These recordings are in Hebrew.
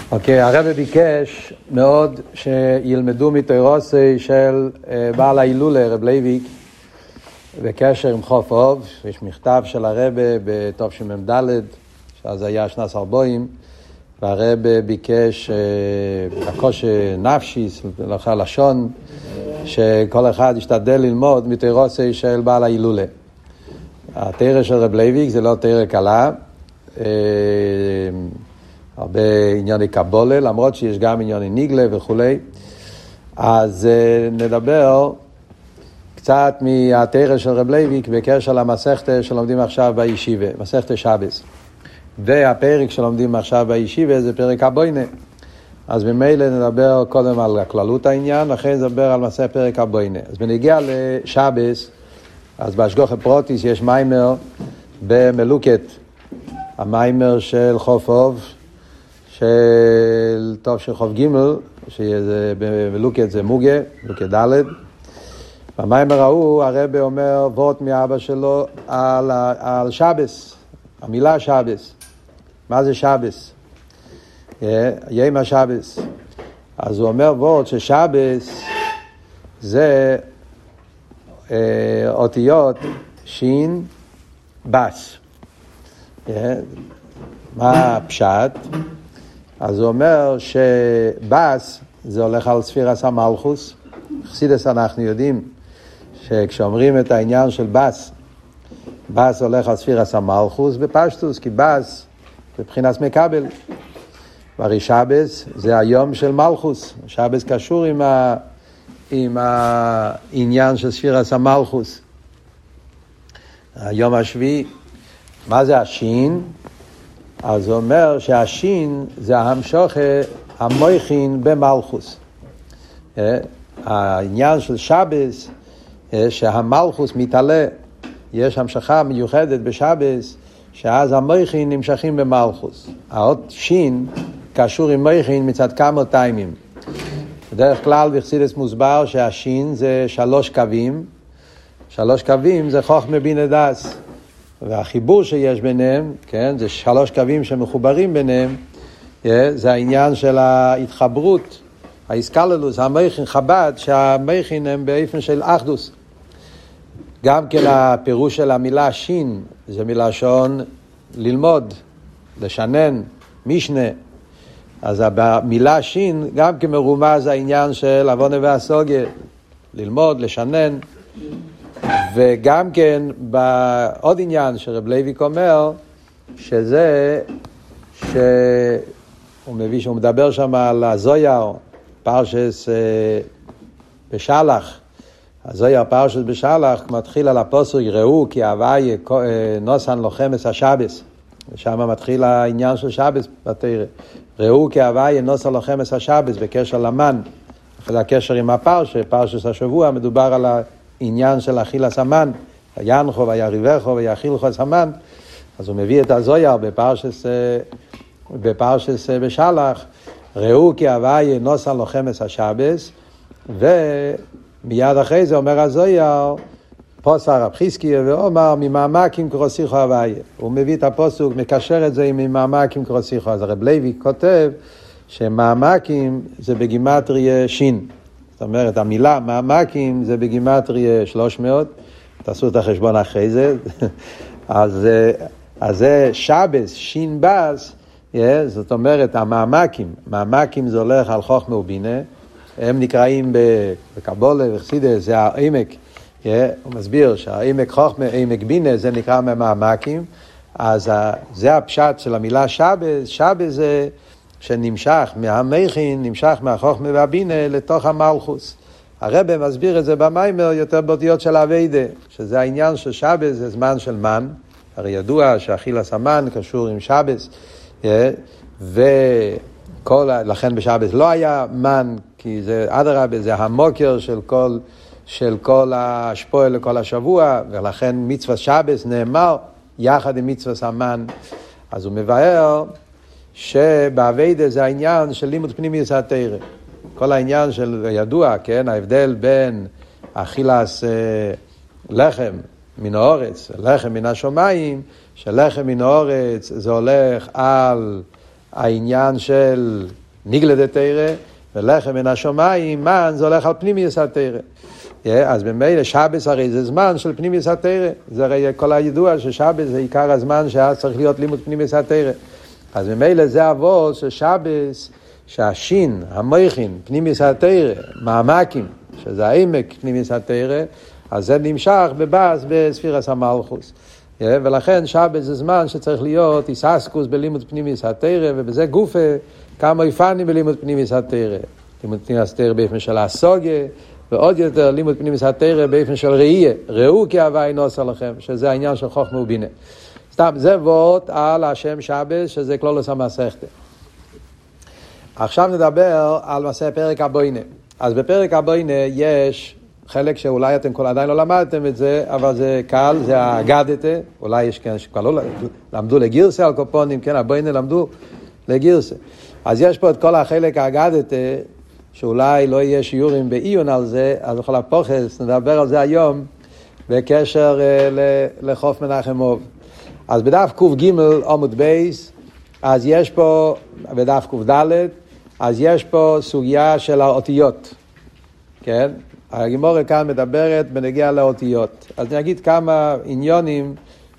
אוקיי, הרב ביקש מאוד שילמדו מתורוסי של בעל ההילולה, רב לייביק, בקשר עם חוף אוב. יש מכתב של הרב בתשמ"ד, שאז היה שנת 40, והרב ביקש בקושי נפשי, לשון, שכל אחד ישתדל ללמוד מתורוסי של בעל ההילולה. התורה של רב לייביק זה לא תורה קלה, הרבה ענייני קבולה, למרות שיש גם ענייני ניגלה וכולי. אז נדבר קצת מהתורה של רב לייביק בקשר למסכת שלומדים עכשיו בישיבה, מסכת שבס. והפרק שלומדים עכשיו בישיבה זה פרק הבוינה. אז ממילא נדבר קודם על כללות העניין, אחרי נדבר על מסכת פרק הבוינה. אז בנגיע לשבס, אז בהשגחה פרוטיס יש מיימר במלוקת, המיימר של חוף אוב, של טוב של חוף ג' במלוקת זה מוגה, מלוקת ד'. במיימר ההוא הרב אומר וורט מאבא שלו על שבס, המילה שבס. מה זה שבס? יום השבס. אז הוא אומר וורט ששבס זה אותיות שין בס. מה הפשט? אז הוא אומר שבס זה הולך על ספירס המלכוס. חסידס אנחנו יודעים שכשאומרים את העניין של בס, בס הולך על ספירס המלכוס בפשטוס, כי בס זה מבחינת מקבל. והרי שבס זה היום של מלכוס. שבס קשור עם העניין של ספירס המלכוס. היום השביעי, מה זה השין? אז הוא אומר שהשין זה ההמשכה המויכין במלכוס. העניין של שבס, שהמלכוס מתעלה, יש המשכה מיוחדת בשבס, שאז המויכין נמשכים במלכוס. האות שין קשור עם מויכין מצד כמה טיימים. בדרך כלל בחסידות מוסבר שהשין זה 3 קווים. 3 קווים זה חוכמה בינה דס. והחיבור שיש ביניהם, כן, זה 3 קווים שמחוברים ביניהם, זה העניין של ההתחברות, האיסקללוס, המייכין חב"ד, שהמייכין הם באופן של אחדוס. גם כן הפירוש של המילה שין, זה מלשון ללמוד, לשנן, משנה. אז במילה שין גם כמרומז העניין של עוונה והסוגיה, ללמוד, לשנן. וגם כן בעוד עניין שרב לייביק אומר שזה שהוא מביא, שהוא מדבר שם על הזויר פרשס בשלח. הזויר פרשס בשלח מתחיל על הפסוק ראו כי הווי נוסן לוחמס השבס, ושם מתחיל העניין של שבס בתורה. ראו כי הווי נוסן לוחמס השבס בקשר למן, זה הקשר עם פרשס השבוע מדובר על עניין של אכילת המן, וינכו ויריבכו ויאכילכו את המן. אז הוא מביא את הזויר בפרשס בשלח, ראו כי הווי נוסן לוחמס השבס, ומיד אחרי זה אומר הזויר, פוסר רב חזקיה ואומר ממעמקים קרוסיכו הווי. הוא מביא את הפסוק, מקשר את זה עם ממעמקים קרוסיכו. אז הרב לייביק כותב שמעמקים זה בגימטריה שין. זאת אומרת, המילה מעמקים זה בגימטריה 300, תעשו את החשבון אחרי זה. אז זה שבס, שין בס, זאת אומרת, המעמקים זה הולך על חוכמה ובינה, הם נקראים בקבולה וחסידות, זה העמק, הוא מסביר שהעמק חוכמה, עמק בינה, זה נקרא מעמקים, אז זה הפשט של המילה שבס, שבס זה שנמשך מהמייכין, נמשך מהחוכמה והבינה לתוך המלכוס. הרב מסביר את זה במיימר יותר באותיות של הווידה, שזה העניין של שבס, זה זמן של מן, הרי ידוע שאכילת המן קשור עם שבס, לכן בשבס לא היה מן, כי זה אדרבה, זה המוקר של כל השפוע לכל השבוע, ולכן מצוות שבס נאמר יחד עם מצוות המן. אז הוא מבאר שבעבודה זה העניין של לימוד פנימי התורה. כל העניין של ידוע, כן, ההבדל בין אכילת לחם מן האורץ, לחם מן השמיים, שלחם מן האורץ זה הולך על העניין של ניגלה דתירה, ולחם מן השמיים, מן זה הולך על פנימיוס התירה. אז במילא שבס הרי זה זמן של פנימיוס התירה. זה הרי כל הידוע ששבס זה עיקר הזמן שאז צריך להיות לימוד פנימיוס התירה. אז במילא זה אבות של שבס, שהשין, המויכין, פנימיוס התירה, מעמקים, שזה העמק פנימיוס התירה, אז זה נמשך בבאס בספירס המלכוס. ולכן שבס זה זמן שצריך להיות איססקוס בלימוד פנימיוס התירה, ובזה גופה כמה יפנים בלימוד פנימיוס התירה. לימוד פנימיוס התירה באופן של הסוגיה, ועוד יותר לימוד פנימיוס התירה באופן של ראייה. ראו כי הווי נוסע לכם, שזה העניין של חוכמה ובינה. סתם, זה וורט על השם שבס, שזה כלולוס המסכתא. עכשיו נדבר על מעשה פרק הבוינה. אז בפרק הבוינה יש חלק שאולי אתם עדיין לא למדתם את זה, אבל זה קל, זה האגדתה. אולי יש כאלה שכבר לא למדו לגירסה על קופונים, כן, הבוינה למדו לגירסה. אז יש פה את כל החלק האגדתה, שאולי לא יהיה שיעורים בעיון על זה, אז בכל הפוחס נדבר על זה היום, בקשר לחוף מנחם אוב. אז בדף ק"ג עמוד בייס, אז יש פה, בדף ק"ד, אז יש פה סוגיה של האותיות, כן? הגמרא כאן מדברת בנגיע לאותיות. אז אני אגיד כמה עניונים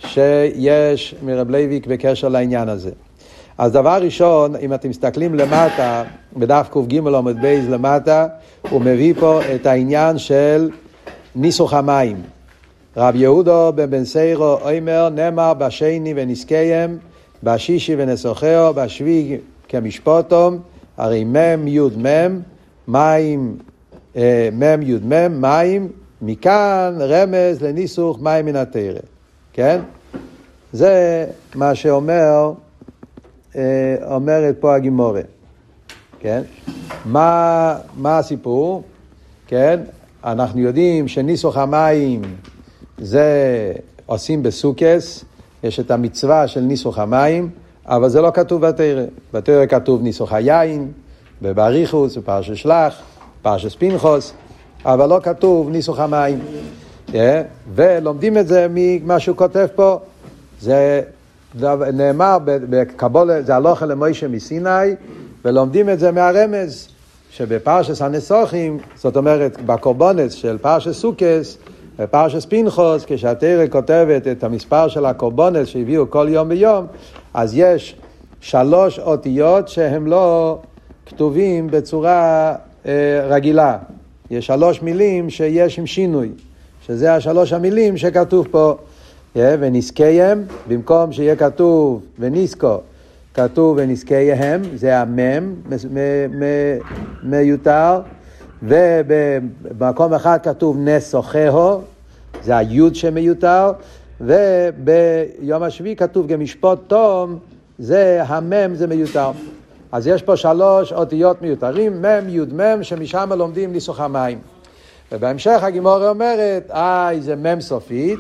שיש מרב לייביק בקשר לעניין הזה. אז דבר ראשון, אם אתם מסתכלים למטה, בדף ק"ג עמוד בייס למטה, הוא מביא פה את העניין של ניסוך המים. רב יהודה בן סיירו אומר, נאמר בשני ונזקיהם, בשישי ונסוחהו, בשביעי כמשפוטום, הרי מם יוד מם, מים, מם יוד מם, מים, מכאן רמז לניסוך מים מן התורה. כן? זה מה שאומר, אומרת פה הגמרא. כן? מה הסיפור? כן? אנחנו יודעים שניסוך המים זה עושים בסוכס, יש את המצווה של ניסוך המים, אבל זה לא כתוב בתורה. בתורה כתוב ניסוך היין, בבריחוס, בפרשת שלח, פרשת פנחס, אבל לא כתוב ניסוך המים. ולומדים את זה ממה שהוא כותב פה. זה נאמר בקבולה, זה הלכה למוישה מסיני, ולומדים את זה מהרמז, שבפרשת הנסוחים, זאת אומרת בקורבנות של פרשת סוכס, בפרשת פנחס, כשהתורה כותבת את המספר של הקורבנות שהביאו כל יום ביום, אז יש 3 אותיות שהם לא כתובים בצורה רגילה. יש 3 מילים שיש עם שינוי, שזה 3 המילים שכתוב פה. ונזקיהם, במקום שיהיה כתוב וניסקו, כתוב ונזקיהם, זה המם מיותר, ובמקום אחד כתוב נסוחהו, זה היוד שמיותר, וביום השביעי כתוב גם משפוט תום, זה המם, זה מיותר. אז יש פה 3 אותיות מיותרים, מם, יוד, מם, שמשם לומדים ניסוך המים. ובהמשך הגמרא אומרת, זה מם סופית,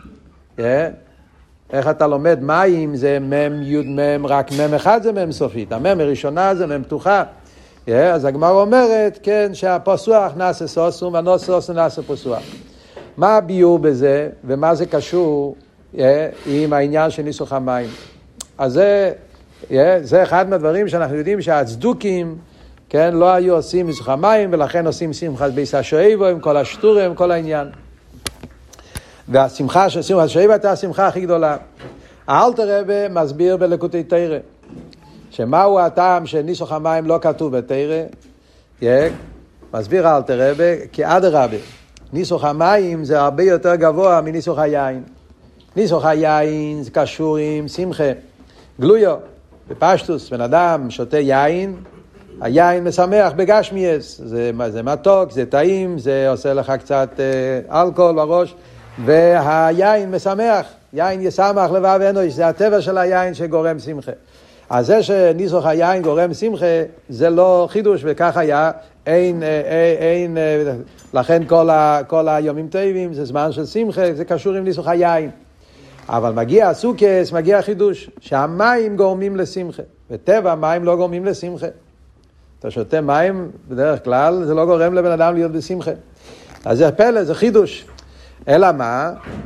איך אתה לומד מים, זה מם, יוד, מם, רק מם אחד זה מם סופית, המם הראשונה זה מם פתוחה. אז הגמרא אומרת, כן, שהפסוח נעשה סוסום, והנוסוסום נעשה פסוח. מה הביור בזה, ומה זה קשור עם העניין של ניסוך המים? אז זה אחד מהדברים שאנחנו יודעים שהצדוקים, כן, לא היו עושים ניסוך המים, ולכן עושים שמחת ביס השואיבו, עם כל השטורים, עם כל העניין. והשמחה של שמחת השואיבו הייתה השמחה הכי גדולה. האלטר רבי מסביר בליקוטי תורה, שמהו הטעם שניסוך המים לא כתוב בתורה? מסביר האלטר רבי, כי אדרבה, ניסוך המים זה הרבה יותר גבוה מניסוך היין. ניסוך היין זה קשור עם שמחה, גלויו, בפשטוס, בן אדם שותה יין, היין משמח בגשמיאס, זה מתוק, זה טעים, זה עושה לך קצת אלכוהול בראש, והיין משמח, יין ישמח לבב אנוש, זה הטבע של היין שגורם שמחה. אז זה שניסוך היין גורם שמחה, זה לא חידוש, וכך היה, אין, לכן כל היומים טובים זה זמן של שמחה, זה קשור עם ניסוך היין. אבל מגיע הסוכס, מגיע חידוש, שהמים גורמים לשמחה, וטבע המים לא גורמים לשמחה. אתה שותה מים, בדרך כלל, זה לא גורם לבן אדם להיות בשמחה. אז זה פלא, זה חידוש. אלא מה?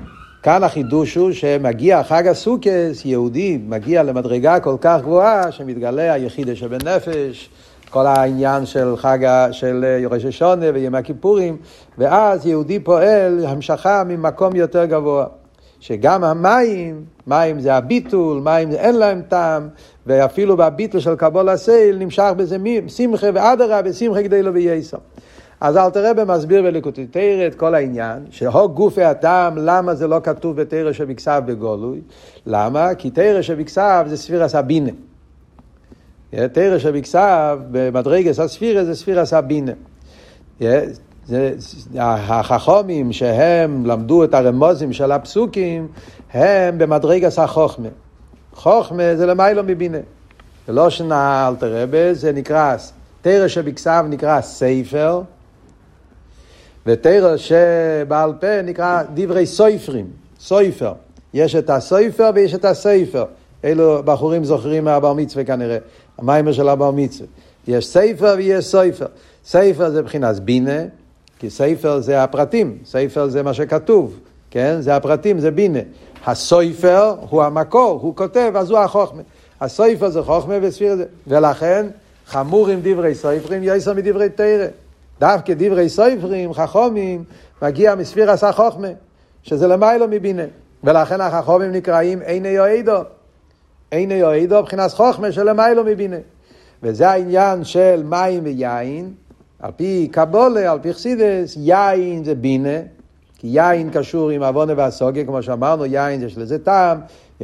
כאן החידוש הוא שמגיע חג הסוכס, יהודי מגיע למדרגה כל כך גבוהה, שמתגלה היחידה שבנפש, כל העניין של של ראש השונה ויום הכיפורים, ואז יהודי פועל המשכה ממקום יותר גבוה. שגם המים, מים זה הביטול, מים אין להם טעם, ואפילו בביטול של קבול הסייל נמשך בזה שמחה ואדרה בשמחה כדי לו וייסר. אז אלתר רבי מסביר בליקוטי תורה את כל העניין, שהוא גופי הטעם, למה זה לא כתוב בתורה שבכסף בגולוי? למה? כי תורה שבכסף זה ספירס הבינה. תורה שבכסף במדרגת הספירה זה ספירס הבינה. החכמים שהם למדו את הרמוזים של הפסוקים, הם במדרגת החוכמה. חוכמה זה למיילו מבינה. זה לא שנה אלתר רבי, זה נקרא, תורה שבכסף נקרא ספר, ותורה שבעל פה נקרא דברי סופרים, סופר. יש את הסופר ויש את הספר. אלו בחורים זוכרים מהבר מצווה כנראה, המיימר של הבר מצווה. יש ספר ויש סופר. ספר זה מבחינת בינה, כי ספר זה הפרטים, ספר זה מה שכתוב, כן? זה הפרטים, זה בינה. הסופר הוא המקור, הוא כותב, אז הוא החוכמה. הסופר זה חוכמה וספיר זה. ולכן חמורים דברי סופרים יסר מדברי תורה. דווקא דברי סופרים, חכמים, מגיע מספירס החוכמה, שזה למיילו מבינה. ולכן החכמים נקראים עיני יועדו. עיני יועדו מבחינת חוכמה של למיילו מבינה. וזה העניין של מים ויין, על פי קבולה, על פי חסידס, יין זה בינה, כי יין קשור עם עוונה והסוגיה, כמו שאמרנו, יין יש לזה טעם,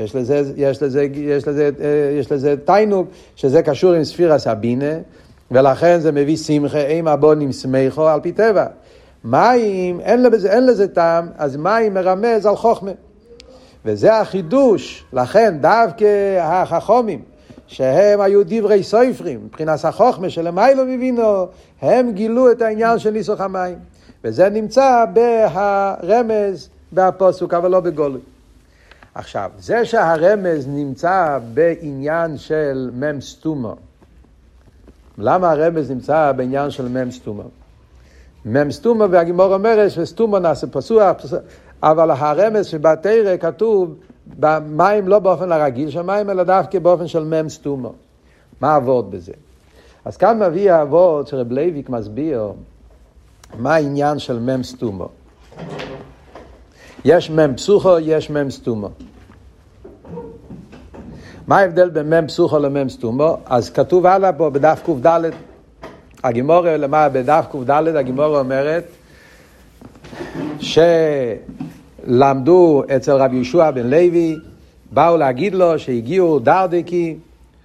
יש לזה תיינוק, שזה קשור עם ספירס הבינה, ולכן זה מביא שמחה, אם הבונים שמחו על פי טבע. מים, אין לזה טעם, אז מים מרמז על חוכמה. וזה החידוש, לכן דווקא החכמים, שהם היו דברי סופרים, מבחינת החוכמה שלמיילו מבינו, הם גילו את העניין של ניסוך המים. וזה נמצא בהרמז בפסוק, אבל לא בגולוי. עכשיו, זה שהרמז נמצא בעניין של מם סתומה, למה הרמז נמצא בעניין של מם סתומה? מם סתומה, והגימור אומרת שסתומה נעשה פסוח, אבל הרמז שבתורה כתוב במים לא באופן הרגיל, שהמים אלא דווקא באופן של מם סתומה. מה עבוד בזה? אז כאן מביא העבוד שרב לייביק מסביר מה העניין של מם סתומה. יש מם פסוחו, יש מם סתומה. מה ההבדל בין מם פסוחו למם סתומה? אז כתוב הלאה פה בדף ק"ד, הגימור בדף ק"ד הגימור אומרת שלמדו אצל רבי ישוע בן לוי, באו להגיד לו שהגיעו דרדקי,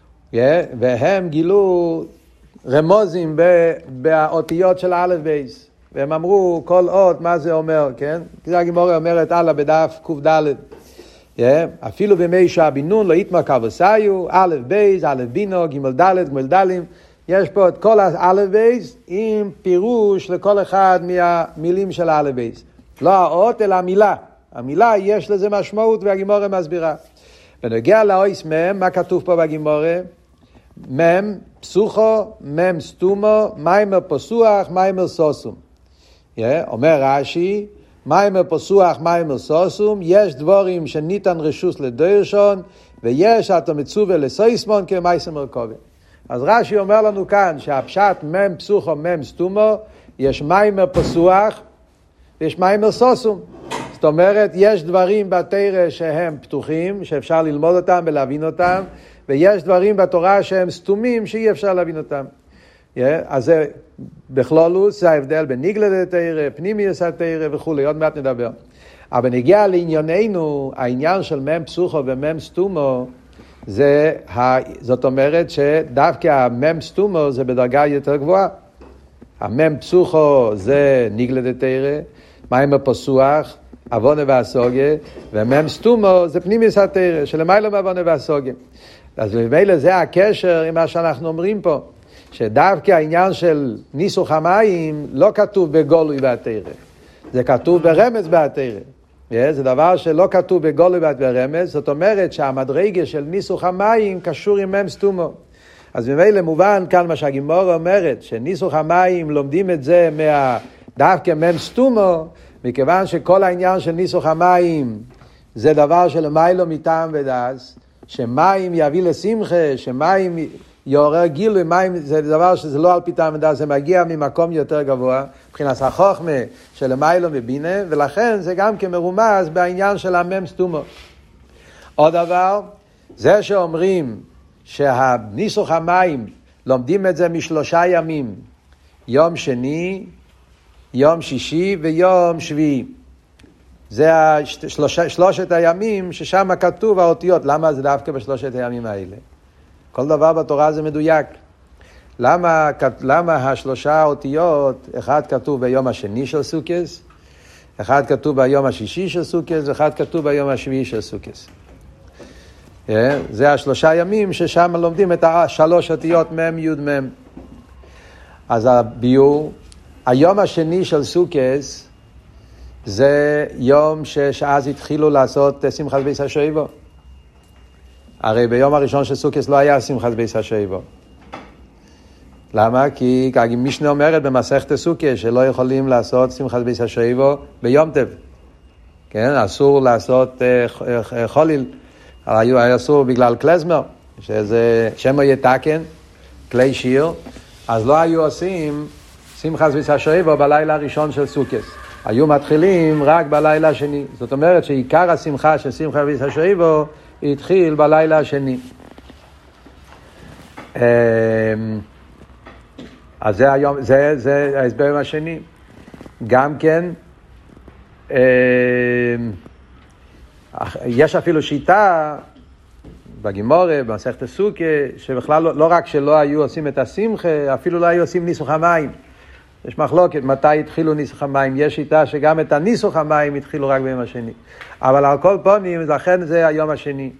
והם גילו רמוזים באותיות של א' בייס, והם אמרו כל אות מה זה אומר, כן? זה הגימורה אומרת הלאה בדף ק"ד, אפילו בימי שהבינון לא יתמר כבוסיו, א' בייס, א' בינו, ג' ד', ג' ד', יש פה את כל א' בייס עם פירוש לכל אחד מהמילים של א' בייס. לא האות אלא המילה. המילה יש לזה משמעות והגימורה מסבירה. ונגיע לאויס מם, מה כתוב פה בגימורה? מם פסוחו, מם סתומו, מיימר פסוח, מיימר סוסום. אומר רש"י, מיימר פסוח, מיימר סוסום, יש דבורים שניתן רשוס לדרשון, ויש אתה מצווה לסויסמון כמייסר מרכובה. אז רש"י אומר לנו כאן שהפשט מם פסוחו, מם סתומו, יש מיימר פסוח, ויש מיימר סוסום. זאת אומרת, יש דברים בתורה שהם פתוחים, שאפשר ללמוד אותם ולהבין אותם, ויש דברים בתורה שהם סתומים, שאי אפשר להבין אותם. אז זה בכלולוס, זה ההבדל בין ניגלת התורה, פנימיוס התורה וכו', עוד מעט נדבר. אבל נגיע לענייננו, העניין של מם פסוחו ומם סתומו, זאת אומרת שדווקא המם סתומו זה בדרגה יותר גבוהה. המם פסוחו זה ניגלת התורה, מיימר פסוח, עוונה והסוגיה, ומם סתומו זה פנימיוס התורה, שלמיילו מעוונה והסוגיה. אז במילא זה הקשר עם מה שאנחנו אומרים פה, שדווקא העניין של ניסוך המים לא כתוב בגולוי בתורה, זה כתוב ברמז בתורה. זה דבר שלא כתוב בגולוי ברמז, זאת אומרת שהמדרגה של ניסוך המים קשור עם מם סתומו. אז במילא מובן כאן מה שהגימורה אומרת, שניסוך המים לומדים את זה דווקא מם סתומו, מכיוון שכל העניין של ניסוך המים זה דבר שלמיילו מטעם ודס, שמים יביא לשמחה, שמים יעורר גילוי, מים זה דבר שזה לא על פי טעם ודס, זה מגיע ממקום יותר גבוה, מבחינת החוכמה שלמיילו מבינה, ולכן זה גם כמרומז בעניין של המם סתומו. עוד דבר, זה שאומרים שהניסוך המים, לומדים את זה מ3 ימים, יום שני, יום שישי ויום שביעי. זה שלושת הימים ששם כתוב האותיות. למה זה דווקא בשלושת הימים האלה? כל דבר בתורה זה מדויק. למה 3 האותיות, אחד כתוב ביום השני של סוכות, אחד כתוב ביום השישי של סוכות, ואחד כתוב ביום השביעי של סוכות. זה 3 ימים ששם לומדים את 3 אותיות מם יוד מם. אז הביור, היום השני של סוכות זה יום שאז התחילו לעשות שמחת בייס השואיבו. הרי ביום הראשון של סוכות לא היה שמחת בייס השואיבו. למה? כי משנה אומרת במסכת סוכות שלא יכולים לעשות שמחת בייס השואיבו ביום טוב. כן, אסור לעשות חוליל. היה אסור בגלל קלזמר, שזה שמו יתקן, כלי שיר, אז לא היו עושים שמחת בייס השואיבו בלילה הראשון של סוכות. היו מתחילים רק בלילה השני. זאת אומרת שעיקר השמחה של שמחת בייס השואיבו התחיל בלילה השני. אז זה היום, זה ההסבר השני. גם כן, יש אפילו שיטה בגימורה, במסכת סוכות, שבכלל לא רק שלא היו עושים את השמחה, אפילו לא היו עושים ניסוך המים. יש מחלוקת מתי התחילו ניסוך המים. יש שיטה שגם את הניסוך המים התחילו רק ביום השני. אבל על כל פנים, לכן זה היום השני.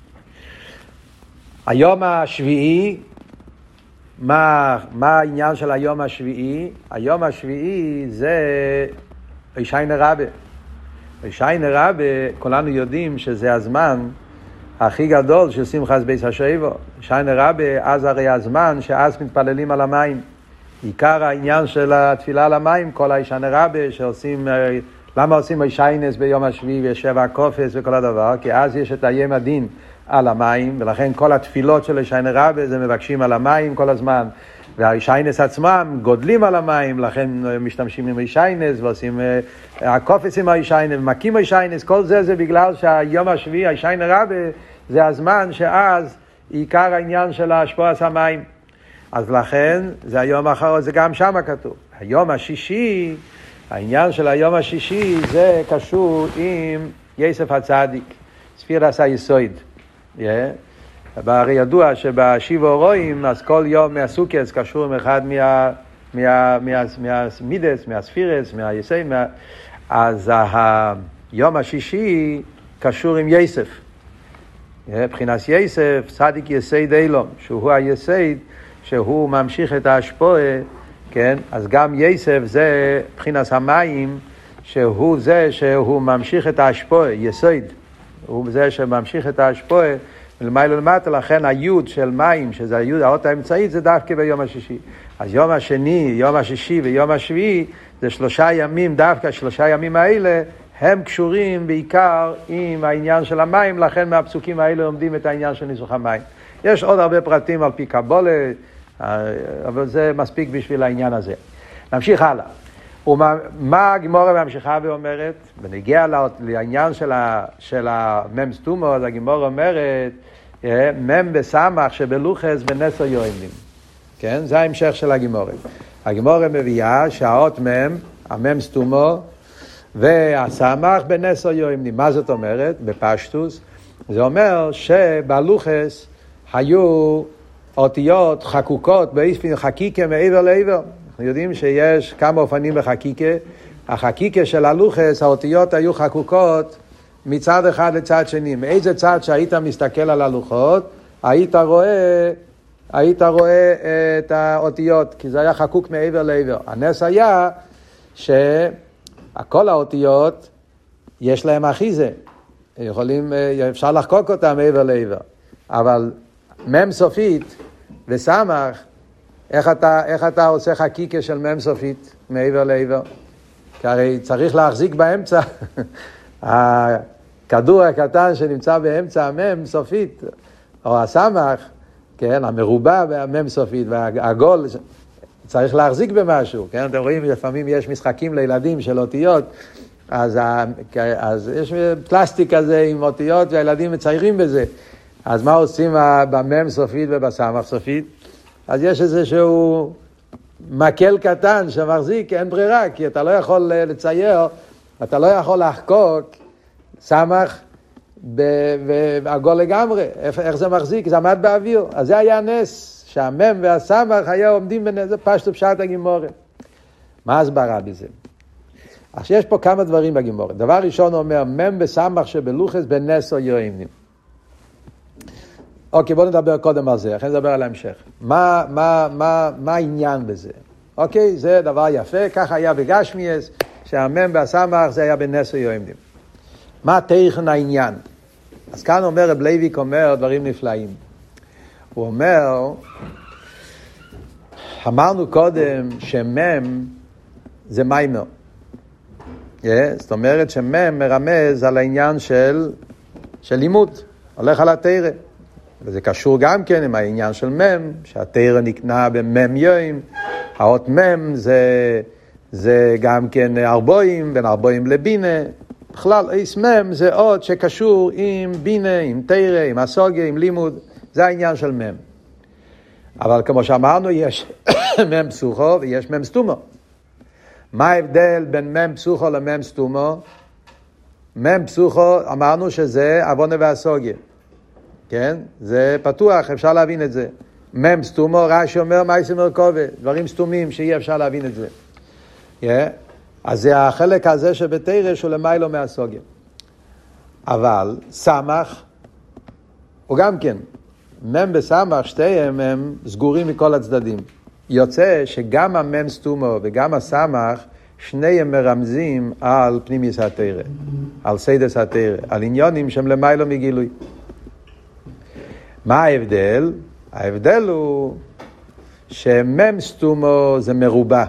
היום השביעי, מה העניין של היום השביעי? היום השביעי זה ישיינה רבה. ישיינה רבה, כולנו יודעים שזה הזמן הכי גדול של שמחת בייס השואיבו. ישיינה רבה, אז הרי הזמן שאז מתפללים על המים. עיקר העניין של התפילה על המים, כל הישיינה רבה שעושים, למה עושים ישיינס ביום השביעי ושבע הקופס וכל הדבר? כי אז יש את היום הדין על המים, ולכן כל התפילות של ישיינה רבה זה מבקשים על המים כל הזמן, והישיינס עצמם גודלים על המים, לכן משתמשים עם ישיינס ועושים הקופס עם הישיינס, מקים הישיינס, כל זה בגלל שהיום השביעי, הישיינה רבה, זה הזמן שאז עיקר העניין של השפעת המים. אז לכן זה היום האחרון, זה גם שם כתוב. היום השישי, העניין של היום השישי זה קשור עם יוסף הצדיק, ספירס היסוד. הרי ידוע שבשיבו רואים, אז כל יום מהסוכות קשור עם אחד מהמידס, מהספירס, מהיסוד. אז היום השישי קשור עם יוסף. מבחינת יוסף, צדיק יסוד אילום, שהוא היסוד, שהוא ממשיך את ההשפועה, כן? אז גם יוסף זה מבחינת המים, שהוא זה שהוא ממשיך את ההשפועה, יסוד. הוא זה שממשיך את ההשפועה מלמעלה למטה, לכן היוד של מים, שזה היוד, האות האמצעית, זה דווקא ביום השישי. אז יום השני, יום השישי ויום השביעי, זה 3 ימים, דווקא 3 ימים האלה, הם קשורים בעיקר עם העניין של המים, לכן מהפסוקים האלה לומדים את העניין של ניסוך המים. יש עוד הרבה פרטים על פי קבלה, אבל זה מספיק בשביל העניין הזה. נמשיך הלאה. ומה הגמורה ממשיכה ואומרת? ונגיע לעניין של המם סתומו, אז הגמורה אומרת, מם בסמך שבלוחס בנסו יוימים. כן? זה ההמשך של הגמורה. הגמורה מביאה שהאות מם, המם סתומו, והסמך בנסו יוימים. מה זאת אומרת? בפשטוס. זה אומר שבלוחס היו אותיות חקוקות באופן חקיקה מעבר לעבר. אנחנו יודעים שיש כמה אופנים בחקיקה. החקיקה של הלוחס, האותיות היו חקוקות מצד אחד לצד שני. מאיזה צד שהיית מסתכל על הלוחות, היית רואה את האותיות, כי זה היה חקוק מעבר לעבר. הנס היה שכל האותיות יש להם אחיזה. אפשר לחקוק אותם מעבר לעבר. אבל מם סופית וסמך, איך אתה עושה חקיקה של מם סופית מעבר לעבר? כי הרי צריך להחזיק באמצע. כדור הקטן שנמצא באמצע המם סופית, או הסמך, כן, המרובע והמם סופית, והעגול, צריך להחזיק במשהו, כן? אתם רואים, לפעמים יש משחקים לילדים של אותיות, אז יש פלסטיק כזה עם אותיות, והילדים מציירים בזה. אז מה עושים במם סופית ובסמך סופית? אז יש איזשהו מקל קטן שמחזיק, אין ברירה, כי אתה לא יכול לצייר, אתה לא יכול לחקוק סמך ועגול לגמרי. איך זה מחזיק? זה עמד באוויר. אז זה היה נס, שהמם והסמך היה עומדים בנס, זה פשטו פשט הגימורה. מה הסברה בזה? אז יש פה כמה דברים בגימורה. דבר ראשון אומר, מם בסמך שבלוחס בנס או יוימנים. אוקיי, בואו נדבר קודם על זה, אחרי נדבר על ההמשך. מה העניין בזה? אוקיי, זה דבר יפה, ככה היה בגשמיאס, שהמם והסמך זה היה בנס או יוימנים. מה תכן העניין? אז כאן אומר רב לייביק אומר דברים נפלאים. הוא אומר, אמרנו קודם שמם זה מיימר. זאת אומרת שמם מרמז על העניין של לימוד, הולך על התורה. וזה קשור גם כן עם העניין של מם, שהתורה נקנה במם יום, האות מם זה גם כן ארבעים, בין ארבעים לבינה. בכלל, איס מם זה אות שקשור עם בינה, עם תורה, עם הסוגיה, עם לימוד. זה העניין של מם. אבל כמו שאמרנו, יש מם פסוחו ויש מם סתומו. מה ההבדל בין מם פסוחו למם סתומו? מם פסוחו, אמרנו שזה עוונה והסוגיה. כן? זה פתוח, אפשר להבין את זה. מם סתומו, רש"י אומר, מייסה מרכובה, דברים סתומים שאי אפשר להבין את זה. אז זה החלק הזה שבתורה שהוא למיילו מהסוגיה. אבל סמך, הוא גם כן, מם בסמך, שתיהם הם סגורים מכל הצדדים. יוצא שגם המם סתומו וגם הסמך, שניהם מרמזים על פנימיוס התורה, על סיידס התורה, על עניונים שהם למיילו מגילוי. מה ההבדל? ההבדל הוא שמם סתומו זה מרובע,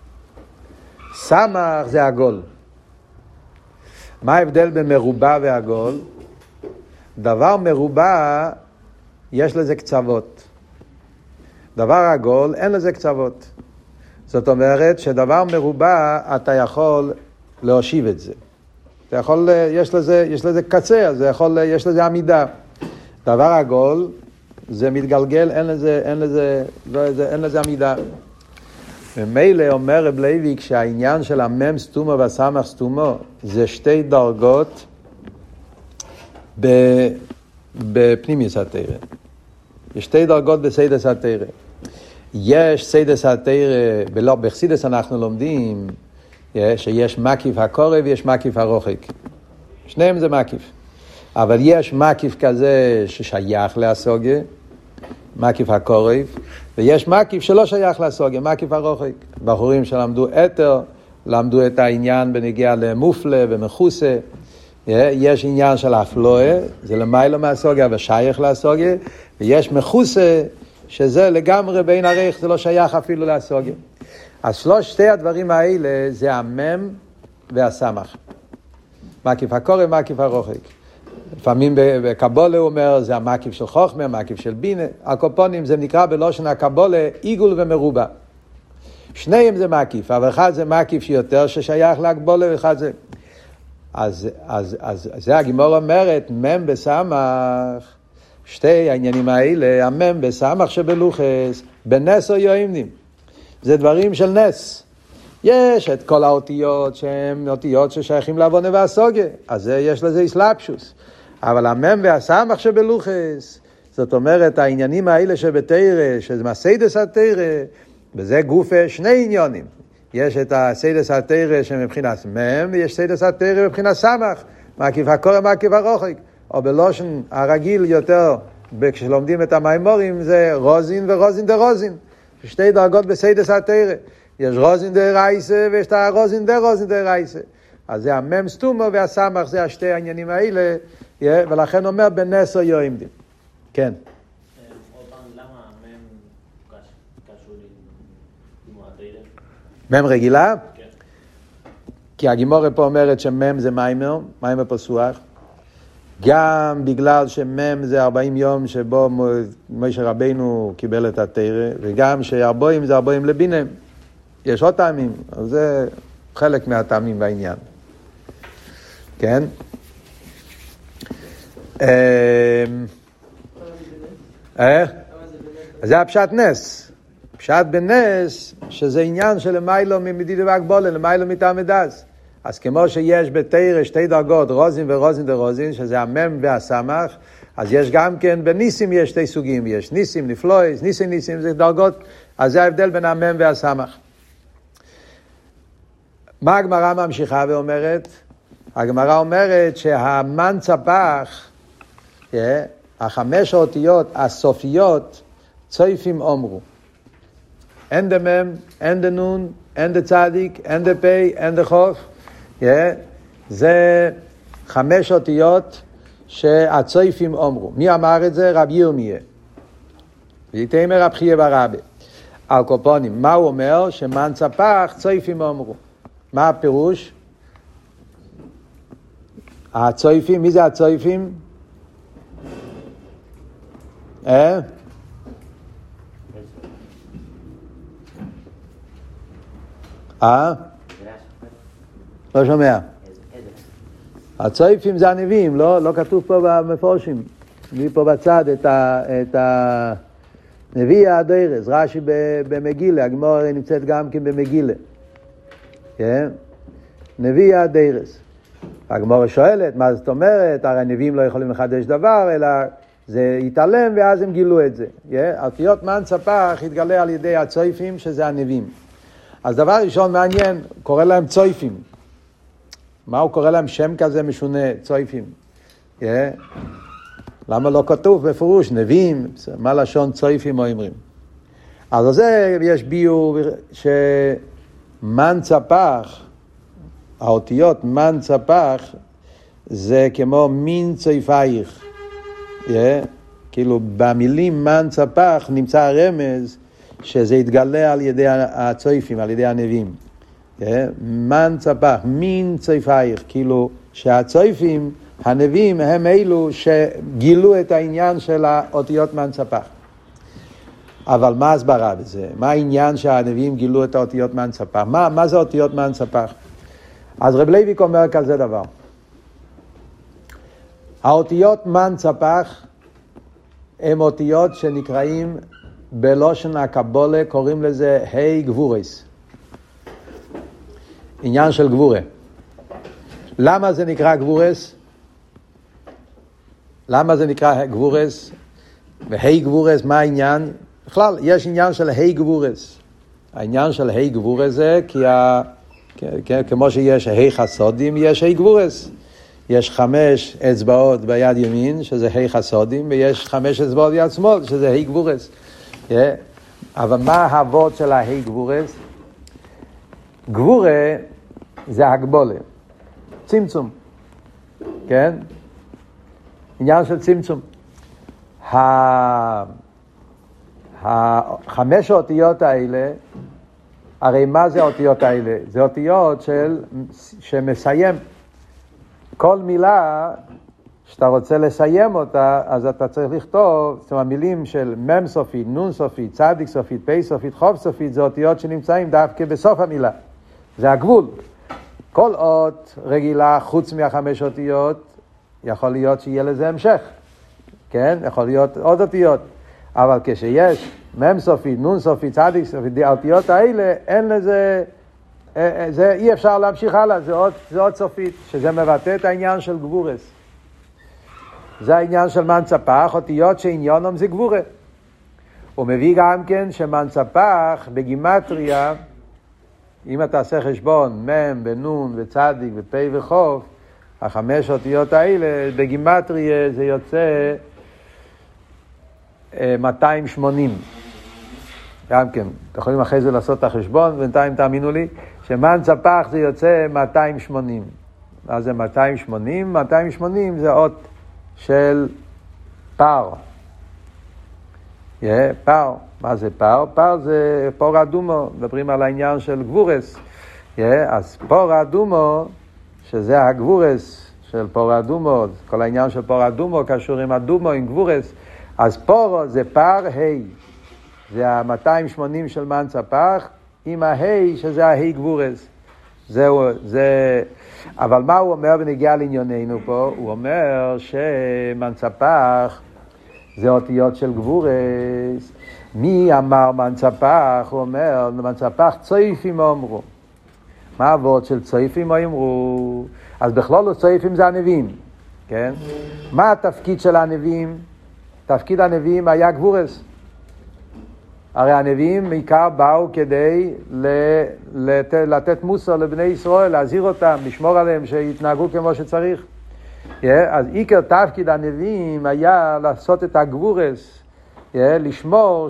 סמך זה עגול. מה ההבדל בין מרובע ועגול? דבר מרובע יש לזה קצוות, דבר עגול אין לזה קצוות. זאת אומרת שדבר מרובע אתה יכול להושיב את זה, אתה יכול, יש לזה קצה, אז יש לזה עמידה. דבר עגול זה מתגלגל, אין לזה עמידה. ומילא אומר רב לייביק שהעניין של המם סתומו והסמך סתומו זה שתי דרגות בפנימיוס התורה. יש שתי דרגות בסיידס התורה. יש סיידס התורה, בחסידס אנחנו לומדים שיש מקיף הקורב ויש מקיף הרוחק. שניהם זה מקיף. אבל יש מקיף כזה ששייך להסוגיה, מקיף הקורב, ויש מקיף שלא שייך להסוגיה, מקיף הרוחק. בחורים שלמדו אתר, למדו את העניין בנגיע למופלה ומחוסה. יש עניין של אפלואה, זה למיילו מהסוגיה ושייך להסוגיה, ויש מחוסה, שזה לגמרי בין ערך, זה לא שייך אפילו להסוגיה. אז שתי הדברים האלה זה המם והסמך. מקיף הקורב, מקיף הרוחק. לפעמים בקבולה הוא אומר, זה המקיף של חוכמה, המקיף של בינה. הקופונים זה נקרא בלושן הקבולה, עיגול ומרובע. שניהם זה מקיף, אבל אחד זה מקיף שיותר ששייך להקבולה, ואחד זה... אז זה הגימור אומרת, מם בסמך, שתי העניינים האלה, המם בסמך שבלוחס, בנס או יוימנים. זה דברים של נס. יש את כל האותיות שהן אותיות ששייכים לעוונה והסוגיה, אז יש לזה איסלאפשוס. אבל המם והסמך שבלוחס, זאת אומרת, העניינים האלה שבתורה, שזה מהסיידס התורה, וזה גופה שני עניונים. יש את הסיידס התורה שמבחינת מם, ויש סיידס התורה מבחינת סמך, מקיף הקורא, מקיף הרוחק. או בלושן הרגיל יותר, כשלומדים את המיימורים, זה רוזין ורוזין דה רוזין. שתי דרגות בסיידס התורה. יש רוזין דה רייסה, ויש את הרוזין דה רייסה. אז זה המם סתומו והסמך, זה השתי העניינים האלה, ולכן אומר בנס או יוימדים. כן. למה מם קשור עם התורה? מם רגילה? כן. כי הגימורה פה אומרת שמם זה מיימר, מיימר פסוח, גם בגלל שמם זה 40 יום שבו משה רבינו קיבל את התורה, וגם ש40 זה 40 לבינם. יש עוד טעמים, אבל זה חלק מהטעמים בעניין. כן? זה הפשט נס. פשט בנס, שזה עניין של למיילו ממדיד והגבולה, למיילו מטעם ודס. אז כמו שיש בתורה שתי דרגות, רוזין ורוזין דרוזין, שזה המם והסמך, אז יש גם כן, בניסים יש שתי סוגים, יש ניסים, נפלויס, ניסים זה דרגות, אז זה ההבדל בין המם והסמך. מה הגמרא ממשיכה ואומרת? הגמרא אומרת שהמן צפח, החמש האותיות הסופיות, צויפים אומרו. אין דמם, אין דנון, אין דצדיק, אין דפי, אין דחוף. זה חמש אותיות שהצויפים אומרו. מי אמר את זה? רב ירמיה. ויתאמר רב חייא ברבי. על קופונים. מה הוא אומר? שמן צפח צויפים אומרו. מה הפירוש? הצויפים, מי זה הצויפים? לא שומע. הצויפים זה הנביאים, לא כתוב פה במפורשים. מביא פה בצד את הנביא הדרס, רש"י במגילה, הגמור נמצאת גם כן במגילה. נביא הדרס. הגמור שואלת, מה זאת אומרת? הרי הנביאים לא יכולים לחדש דבר, אלא זה יתעלם ואז הם גילו את זה. האותיות מן צפח התגלה על ידי הצויפים שזה הנביאים. אז דבר ראשון מעניין, קורא להם צויפים. מה הוא קורא להם שם כזה משונה, צויפים? למה לא כתוב בפירוש נביאים? מה לשון צויפים או אמרים? אז זה יש ביור שמן צפח, האותיות מן צפח, זה כמו מין צויפייך. כאילו במילים מן צפח נמצא הרמז שזה יתגלה על ידי הצויפים, על ידי הנביאים. מן צפח, מין צויפייך, כאילו שהצויפים, הנביאים, הם אלו שגילו את העניין של האותיות מן צפח. אבל מה הסברה בזה? מה העניין שהנביאים גילו את האותיות מן צפח? מה זה אותיות מן צפח? אז רב לייביק אומר כזה דבר. האותיות מן צפח הם אותיות שנקראים בלושן הקבולה, קוראים לזה היי גבורס. עניין של גבורה. למה זה נקרא גבורס? למה זה נקרא גבורס? והי גבורס, מה העניין? בכלל, יש עניין של היי גבורס. העניין של היי גבורס זה כמו שיש היי חסודים, יש היי גבורס. יש 5 אצבעות ביד ימין, שזה היי חסודים, ויש 5 אצבעות ביד שמאל, שזה היי גבורס. אבל מה העבוד של ההי גבורס? גבורה זה הגבולה, צמצום, כן? עניין של צמצום. 5 האותיות האלה, הרי מה זה האותיות האלה? זה אותיות שמסיים. כל מילה שאתה רוצה לסיים אותה, אז אתה צריך לכתוב, זאת אומרת, המילים של מם סופית, נון סופית, צדיק סופית, פי סופית, חוב סופית, זה אותיות שנמצאים דווקא בסוף המילה. זה הגבול. כל אות רגילה, חוץ מה5 אותיות, יכול להיות שיהיה לזה המשך. כן? יכול להיות עוד אותיות. אבל כשיש מם סופית, נון סופית, צדיק סופית, האותיות האלה, אין לזה, זה אי אפשר להמשיך הלאה, זה עוד סופית, שזה מבטא את העניין של גבורס. זה העניין של מן צפח, אותיות שעניונם זה גבורה. הוא מביא גם כן שמן צפח בגימטריה, אם אתה עושה חשבון, מם ונון וצדיק ופי וחוף, 5 אותיות האלה, בגימטריה זה יוצא 280. גם כן, אתם יכולים אחרי זה לעשות את החשבון, בינתיים תאמינו לי, שמן צפח זה יוצא 280. אז זה 280, 280 זה אות של פר. פר. מה זה פר? פר זה פור אדומו, מדברים על העניין של גבורס. אז פור אדומו, שזה הגבורס של פור אדומו, כל העניין של פור אדומו קשור עם אדומו, עם גבורס, אז פורו זה פר ה', זה ה-280 של מנצפח, עם הה' שזה הה' גבורס. זהו, זה... אבל מה הוא אומר בנגיע לענייננו פה? הוא אומר שמנצפח זה אותיות של גבורס. מי אמר מנצפח? הוא אומר, מנצפח צויפים אמרו. מה העבוד של צויפים אמרו? אז בכלול צויפים זה הנביאים, כן? מה התפקיד של הנביאים? תפקיד הנביאים היה גבורס. הרי הנביאים בעיקר באו כדי לתת מוסר לבני ישראל, להזהיר אותם, לשמור עליהם, שיתנהגו כמו שצריך. אז עיקר תפקיד הנביאים היה לעשות את הגבורס, לשמור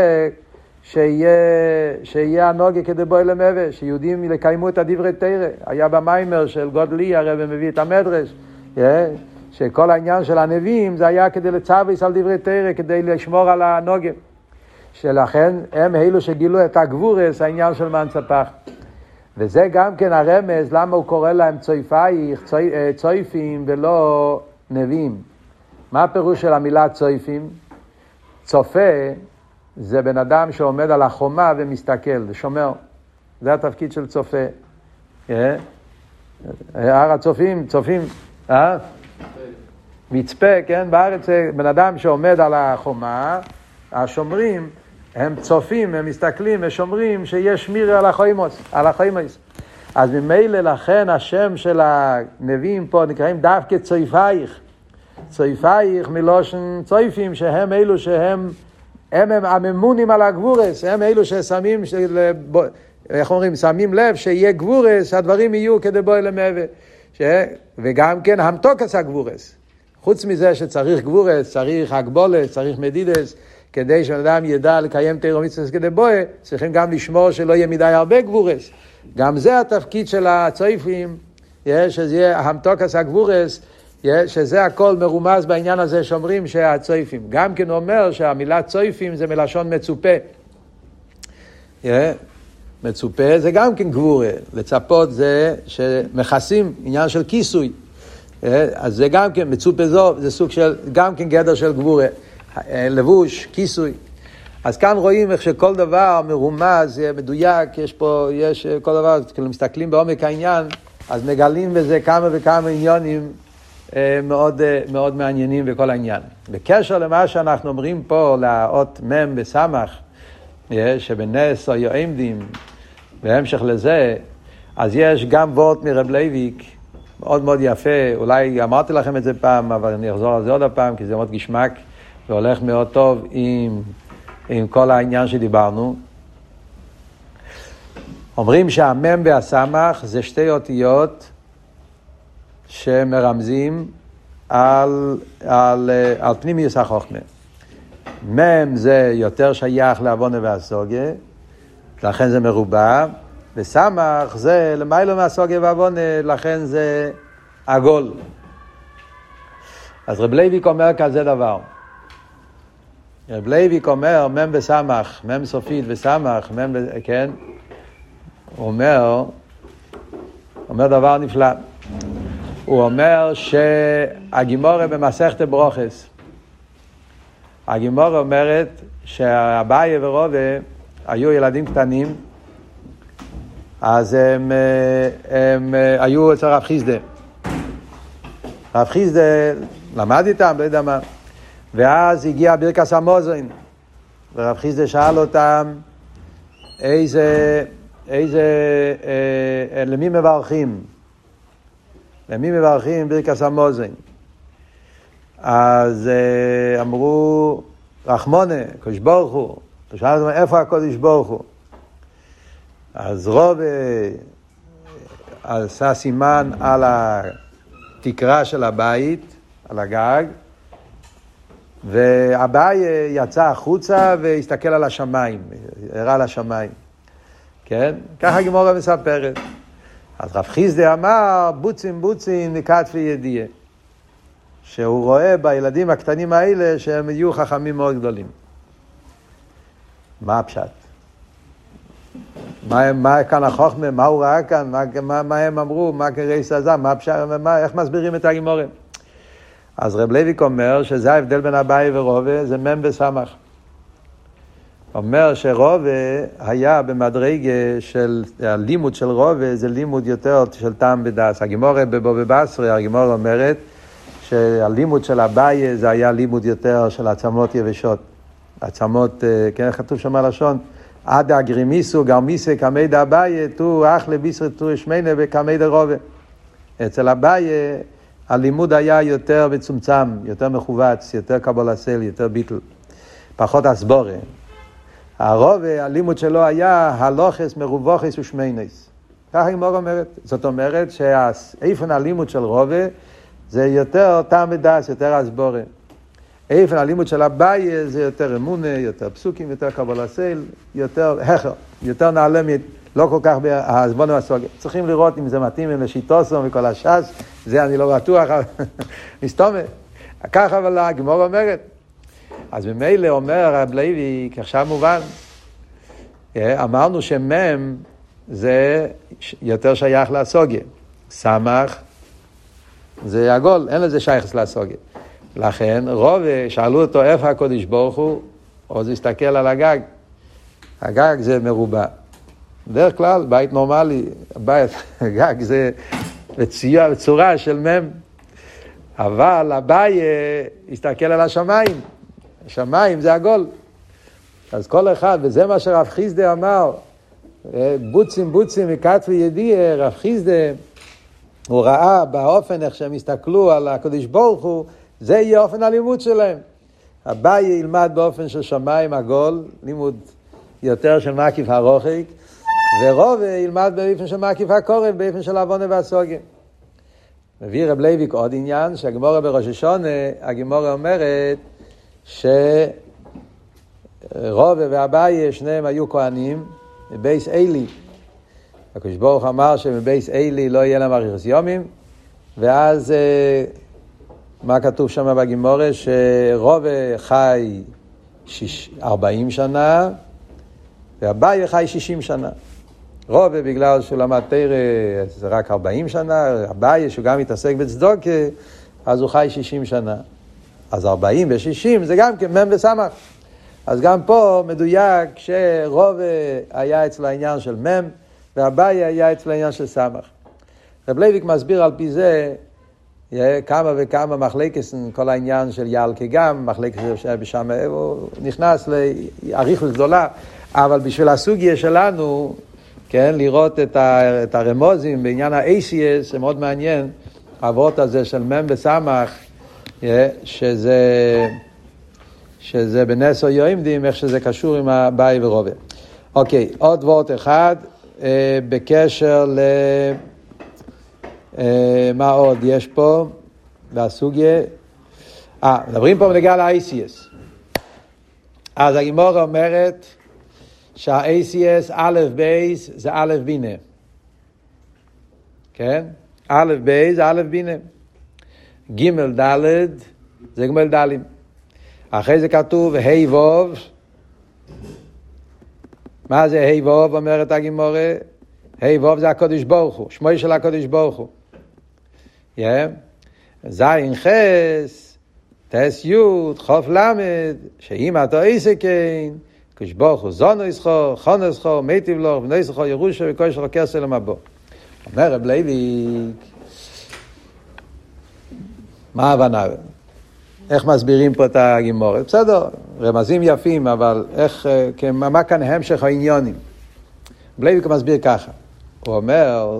שיהיה הנוגה כדי בוא למווה, שיהודים יקיימו את הדברי תורה. היה במיימר של גודלי, הרב מביא את המדרש, שכל העניין של הנביאים זה היה כדי לצוויס על דברי תורה, כדי לשמור על הנוגה. שלכן הם אלו שגילו את הגבורס, העניין של מנצפח. וזה גם כן הרמז, למה הוא קורא להם צויפים ולא נביאים. מה הפירוש של המילה צויפים? צופה זה בן אדם שעומד על החומה ומסתכל, ושומר. זה התפקיד של צופה. הצופים, צופים, מצפה, כן? בארץ בן אדם שעומד על החומה, השומרים, הם צופים, הם מסתכלים, הם שומרים שיש שמירה על החיימוס. אז ממילא לכן השם של הנביאים פה נקראים דווקא צויפייך. צויפייך מלושן צויפים, שהם אלו שהם הממונים על הגבורס, הם אלו ששמים, איך אומרים, שמים לב שיהיה גבורס, הדברים יהיו כדי בוא למווה. וגם כן המתוקס הגבורס. חוץ מזה שצריך גבורס, צריך הגבולת, צריך מדידס, כדי שאדם ידע לקיים תורה ומצוות כדי בואה, צריכים גם לשמור שלא יהיה מדי הרבה גבורס. גם זה התפקיד של הצויפים, שזה יהיה המתוקס הגבורס, שזה הכל מרומז בעניין הזה שאומרים שהצויפים. גם כן אומר שהמילה צויפים זה מלשון מצופה. מצופה זה גם כן גבורה. לצפות זה שמכסים עניין של כיסוי. אז זה גם כן, מצופה זו, זה סוג של, גם כן גדר של גבורה. לבוש, כיסוי. אז כאן רואים איך שכל דבר מרומז, מדויק, יש פה, יש כל דבר, כאילו מסתכלים בעומק העניין, אז מגלים בזה כמה וכמה עניונים מאוד, מאוד מעניינים בכל העניין. בקשר למה שאנחנו אומרים פה, לאות מם בסמך, שבנס או יועמדים, בהמשך לזה, אז יש גם וורט מרב לייביק, מאוד מאוד יפה, אולי אמרתי לכם את זה פעם, אבל אני אחזור על זה עוד הפעם, כי זה מאוד גשמק, והולך מאוד טוב עם כל העניין שדיברנו. אומרים שהמם והסמך זה שתי אותיות שמרמזים על פנימיוס החוכמה. מם זה יותר שייך לעוונה והסוגיה, לכן זה מרובע, וסמך זה למיילו מהסוגיה והעוונה, לכן זה עגול. אז רב לייביק אומר כזה דבר. רב לייביק אומר, מם וסמך, מם סופית וסמך, כן? הוא אומר דבר נפלא. הוא אומר שהגימורה במסכת ברוכס, הגימורה אומרת שאביי ורובה היו ילדים קטנים, אז הם היו אצל רב חיסדה. רב חיסדה למד איתם, לא יודע מה. ואז הגיע ברכס המוזן, ורב חיסדה שאל אותם למי מברכים? למי מברכים ברכס המוזן? אז אמרו רחמונה, קדוש ברוך הוא. שאל אותם איפה הקדוש ברוך הוא? אז רוב עשה סימן על התקרה של הבית, על הגג, ואביי יצא החוצה והסתכל על השמיים, הראה לשמיים. כן? ככה גמורה מספרת. אז רב חיסדה אמר, בוצין נקטפי ידיעה. שהוא רואה בילדים הקטנים האלה שהם יהיו חכמים מאוד גדולים. מה הפשט? מה כאן החוכמה, מה הוא ראה כאן, מה הם אמרו, מה כרייס הזה, מה פשר, איך מסבירים את הגימורים. אז רב לויק אומר שזה ההבדל בין אביי ורובה, זה מם וסמך. אומר שרובה היה במדרגה של הלימוד של רובה, זה לימוד יותר של טעם בדס. הגימורה בבבא בסרה, הגימורה אומרת שהלימוד של אביי זה היה לימוד יותר של עצמות יבשות. עצמות, כן, כתוב שם הלשון, עד הגרימיסו גרמיסה כמי דה אביי, תו אח לביסר תו ישמיינה וכמי דה רובה. אצל אביי הלימוד היה יותר מצומצם, יותר מכווץ, יותר קבולסל, יותר ביטל, פחות הסבורה. הרובה, הלימוד שלו היה הלוכס מרובוכס ושמיינס. ככה הגמרא אומרת. זאת אומרת שאיפן הלימוד של רובה זה יותר טעם ודס, יותר הסבורה. איפן הלימוד של אביי זה יותר אמונה, יותר פסוקים, יותר קבולסל, יותר החר, יותר נעלה, לא כל כך בהסבונה והסוגיה. צריכים לראות אם זה מתאים עם לשיטוסו וכל הש"ס, זה אני לא בטוח, מסתומת. ככה אבל הגמרא אומרת. אז ממילא אומר רב לייביק, עכשיו מובן, אמרנו שמם זה יותר שייך לסוגיה. סמך זה עגול, אין לזה שייך לסוגיה. לכן רוב שאלו אותו איפה הקודש ברוך הוא, או זה הסתכל על הגג. הגג זה מרובע. בדרך כלל בית נורמלי, הגג זה בצורה של מם. אבל הבית הסתכל על השמיים. השמיים זה עגול. אז כל אחד, וזה מה שרב חיסדה אמר, בוצים מכתבי ידיעה, רב חיסדה, הוא ראה באופן איך שהם הסתכלו על הקדוש ברוך הוא, זה יהיה אופן הלימוד שלהם. הבאי ילמד באופן של שמיים עגול, לימוד יותר של מקיף הרוחק, ורוב ילמד באופן של מקיף הקורב, באופן של עוונה והסוגיה. מביא רב לייביק עוד עניין, שהגמורה בראש השונה, הגמורה אומרת, שרובה ואביי שניהם היו כהנים מבייס אלי. הקדוש ברוך אמר שמבייס אלי לא יהיה להם אריכות יומים, ואז מה כתוב שם בגמורה? שרובה חי 40 שנה ואביי חי 60 שנה. רובה בגלל שהוא למד תורה זה רק 40 שנה, אביי שהוא גם מתעסק בצדוקה אז הוא חי 60 שנה. אז 40 ו-60 זה גם כמם וסמך. אז גם פה מדויק שרוב היה אצל העניין של מם, והבאי היה אצל העניין של סמך. רב לייביק מסביר על פי זה כמה וכמה מחלקס, כל העניין של יעלקה גם, מחלקס בשם, הוא נכנס לאריכות גדולה, אבל בשביל הסוגיה שלנו, כן, לראות את הרמוזים בעניין ה-ACS, זה מאוד מעניין, העברות הזה של מם וסמך, שזה בנסו יועמדים, איך שזה קשור עם הבאי ורובה. אוקיי, עוד וורט אחד, בקשר מה עוד יש פה, והסוגיה, מדברים פה בנגע ל-ACS. אז הגימורה אומרת, שה-ACS א' בייס זה א' בינה. כן? א' בייס זה א' בינה. ג' ד' זה ג' ד'. אחרי זה כתוב ה' ו'. מה זה ה' ו' אומרת הגימורה? ה' ו' זה הקדוש ברוך הוא, שמו של הקדוש ברוך הוא. זין חס, תס י' חוף למד, שאם אתה עסקין, קדוש ברוך הוא זונו ישחו, חונו ישחו, מיטיב לו, בנו ישחו, ירושו וכל ישחו כסל למבוא. אומר רב לייביק, מה ההבנה? איך מסבירים פה את הגימורה? בסדר, רמזים יפים, אבל איך, מה כאן המשך העניונים? רב לייביק מסביר ככה, הוא אומר,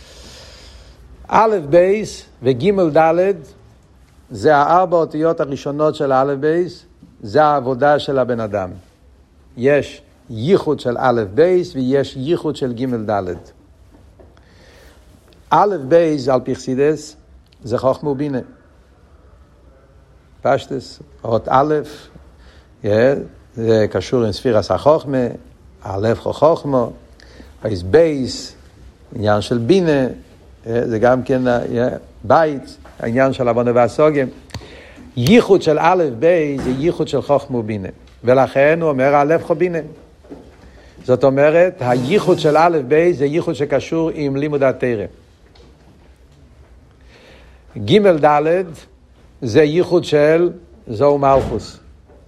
א' בייס וג' ד' זה הארבע אותיות הראשונות של א' בייס, זה העבודה של הבן אדם. יש ייחוד של א' בייס ויש ייחוד של ג' ד'. א' בייס על פי חסידות זה חוכמה ובינה. פשטס, אות א', זה קשור עם ספירס החוכמה, א' חוכמה, בייס בייס, עניין של בינה, זה גם כן בית, העניין של עוונה והסוגיה. ייחוד של א' בייס זה ייחוד של חוכמה ובינה. ולכן הוא אומר א' חו בינה. זאת אומרת, הייחוד של א' ב' זה ייחוד שקשור עם לימוד התורה. ג' ד' זה ייחוד של זוהר מלכוס.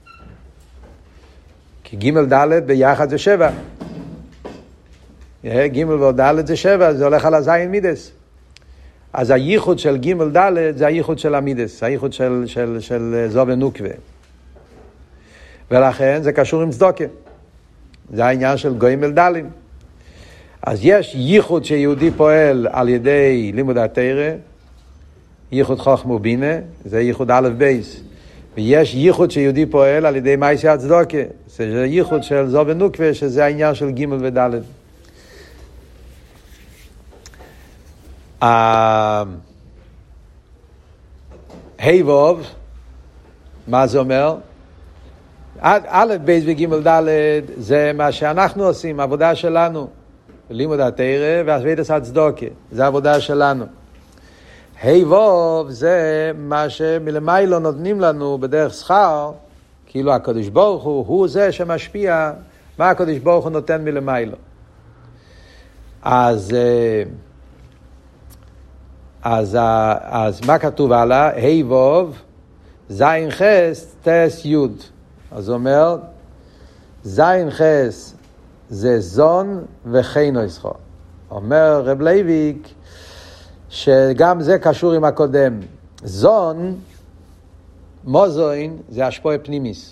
כי ג' ד' ביחד זה 7. ג' וד' זה 7, זה הולך על הזין מידס. אז הייחוד של ג' ד' זה הייחוד של המידס, הייחוד של זוב ונוקווה. ולכן זה קשור עם צדוקה. זה העניין של גויים אלדלים. אז יש ייחוד שיהודי פועל על ידי לימוד התורה, ייחוד חוכמה ובינה, זה ייחוד א' בייס. ויש ייחוד שיהודי פועל על ידי מעשה הצדוקה, זה ייחוד של זוב ונוקווה, שזה העניין של ג' וד'. ה' ו' מה זה אומר? א' בייס וג' ד' זה מה שאנחנו עושים, העבודה שלנו, לימוד התורה ועבודת הצדוקה, זה העבודה שלנו. ה' ו' זה מה שמלמיילו נותנים לנו בדרך שכר, כאילו הקדוש ברוך הוא זה שמשפיע מה הקדוש ברוך הוא נותן מלמיילו. אז מה כתוב הלאה? ה' ו' זין חס תס יוד. אז הוא אומר, זין חס זה זון וחיינו ישחו. אומר רב לייביק שגם זה קשור עם הקודם. זון, מוזוין, זה השפועה פנימיס.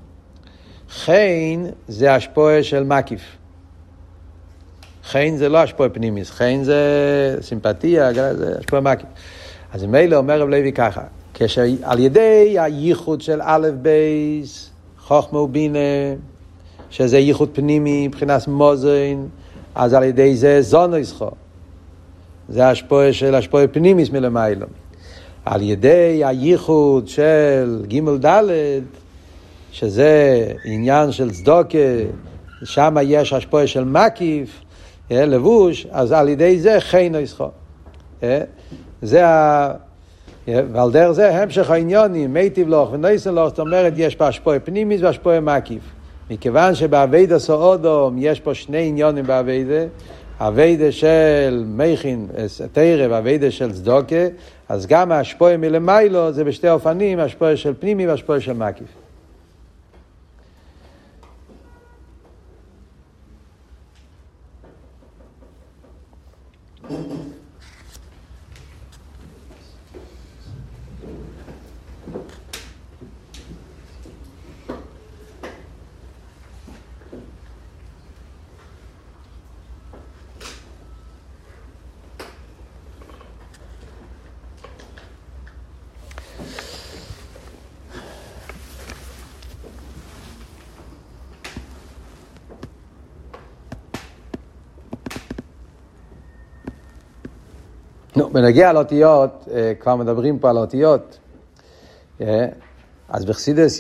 חיין זה השפועה של מקיף. חיין זה לא השפועה פנימיס, חיין זה סימפתיה, זה השפועה מקיף. אז מילא אומר רב לייביק ככה, כשעל ידי הייחוד של א' בייס, חוכמה ובינה, שזה ייחוד פנימי, מבחינת מוזוין, אז על ידי זה זונו ישחו. זה השפועה של השפועה פנימיס מלמיילו. על ידי הייחוד של ג' ד' שזה עניין של צדוקה, שם יש השפועה של מקיף, לבוש, אז על ידי זה חיינו ישחו. זה ועל דרך זה המשך העניונים, מיטיב לוח ונויסן לוח, זאת אומרת יש פה השפועה פנימיס והשפועה מקיף. מכיוון שבעבודה סעודום יש פה שני עניונים בעבודה, העבודה של מייכין, תורה והעבודה של צדוקה, אז גם ההשפועה מלמיילו זה בשתי אופנים, השפועה של פנימי והשפועה של מקיף. בנגיע לאותיות, כבר מדברים פה על האותיות, אז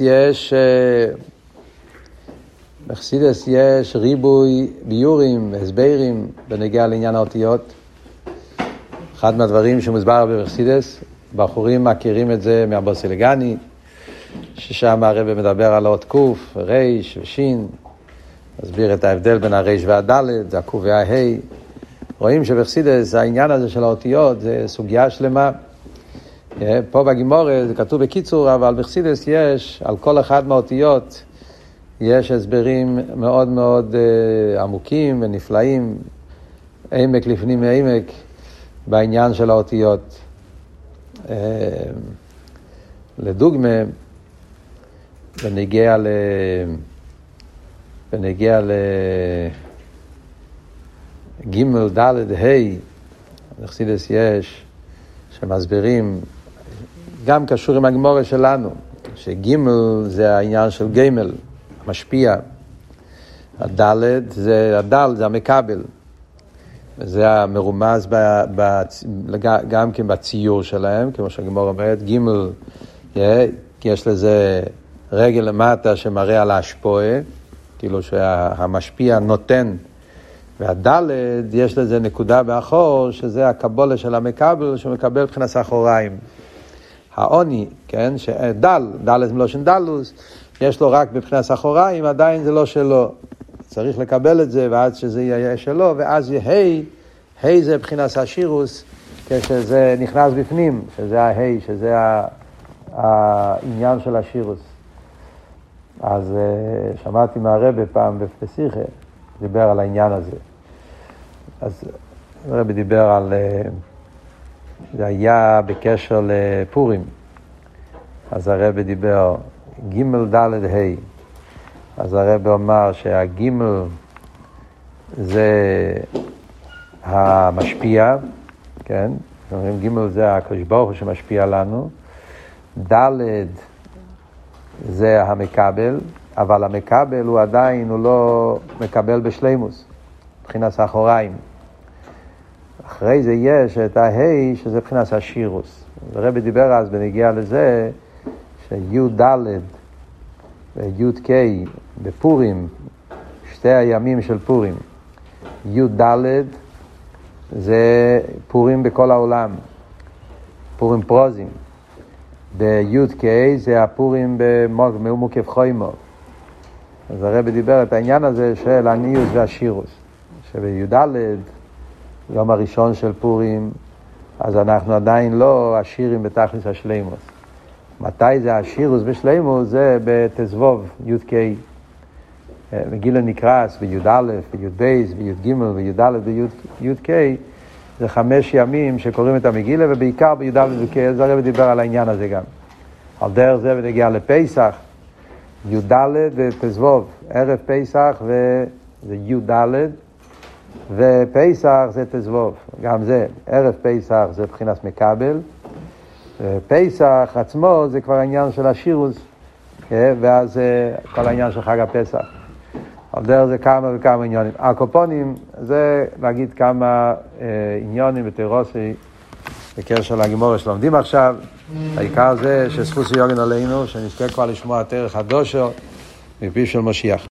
בחסידס יש ריבוי ביורים, הסברים בנגיע לעניין האותיות. אחד מהדברים שמוסבר בחסידס, בחורים מכירים את זה מהבא סילגני, ששם הרב מדבר על האות קוף, ריש ושין, מסביר את ההבדל בין הריש והדלת, זה הקוף וההי. רואים שבחסידס העניין הזה של האותיות זה סוגיה שלמה. פה בגימורה זה כתוב בקיצור, אבל בחסידס יש, על כל אחד מהאותיות, יש הסברים מאוד מאוד עמוקים ונפלאים, עמק לפנים מעמק, בעניין של האותיות. לדוגמה, בנגיע ג' ד' ה' בחסידס יש שמסבירים, גם קשור עם הגמורה שלנו, שג' זה העניין של גמל, המשפיע. הד' זה הדל, זה המקבל. וזה המרומז גם כן בציור שלהם, כמו שהגמורה אומרת, ג' יש לזה רגל למטה שמראה על ההשפועה, כאילו שהמשפיע נותן, והדלת יש לזה נקודה באחור, שזה הקבולה של המקבל, שמקבל מבחינת אחוריים. העוני, כן, שדל, דלת מלושן דלוס, יש לו רק מבחינת אחוריים, עדיין זה לא שלו. צריך לקבל את זה, ועד שזה יהיה שלו, ואז יהיה ה' זה בחינת השירוס, כשזה נכנס בפנים, שזה הה', שזה העניין של השירוס. אז שמעתי מהרבא פעם בפסיכה, דיבר על העניין הזה. אז הרבא דיבר על, זה היה בקשר לפורים. אז הרבא דיבר ג' ד' ה'. אז הרבא אמר שהג' זה המשפיע, כן? אומרים ג' זה הקדוש ברוך הוא שמשפיע לנו. ד' זה המקבל, אבל המקבל הוא עדיין, הוא לא מקבל בשלימוס, מבחינת האחוריים. אחרי זה יש את ההי, שזה מבחינת השירוס. הרב דיבר אז בנגיע לזה, שי' ד' וי' ק' בפורים, שתי הימים של פורים, י' ד' זה פורים בכל העולם, פורים פרוזים. בי' ק' זה הפורים במוקף חוימו. אז הרב דיבר את העניין הזה של הניוס והשירוס. שבי' ד' יום הראשון של פורים, אז אנחנו עדיין לא עשירים בתכלס השלימוס. מתי זה השירוס בשלימוס? זה בתזבוב, י' ק'. מגילה נקרס בי' א', בי' בייס, בי' ג', בי' ד', בי' ק'. זה 5 ימים שקוראים את המגילה, ובעיקר בי' ד' וק'. אז הרב דיבר על העניין הזה גם. על דרך זה ונגיע לפסח, י' ד' ותזבוב, ערב פסח וזה י' ד' ופסח זה תזבוב, גם זה, ערב פסח זה בחינת מקבל, פסח עצמו זה כבר העניין של השירוס, ואז כל העניין של חג הפסח. על דרך זה כמה וכמה עניונים. הקופונים זה להגיד כמה עניונים בתירוסי, בקשר לגימורה שלומדים עכשיו. העיקר זה שזכות יוגן עלינו, שנזכה כבר לשמוע תרך הדושר מפי של משיח.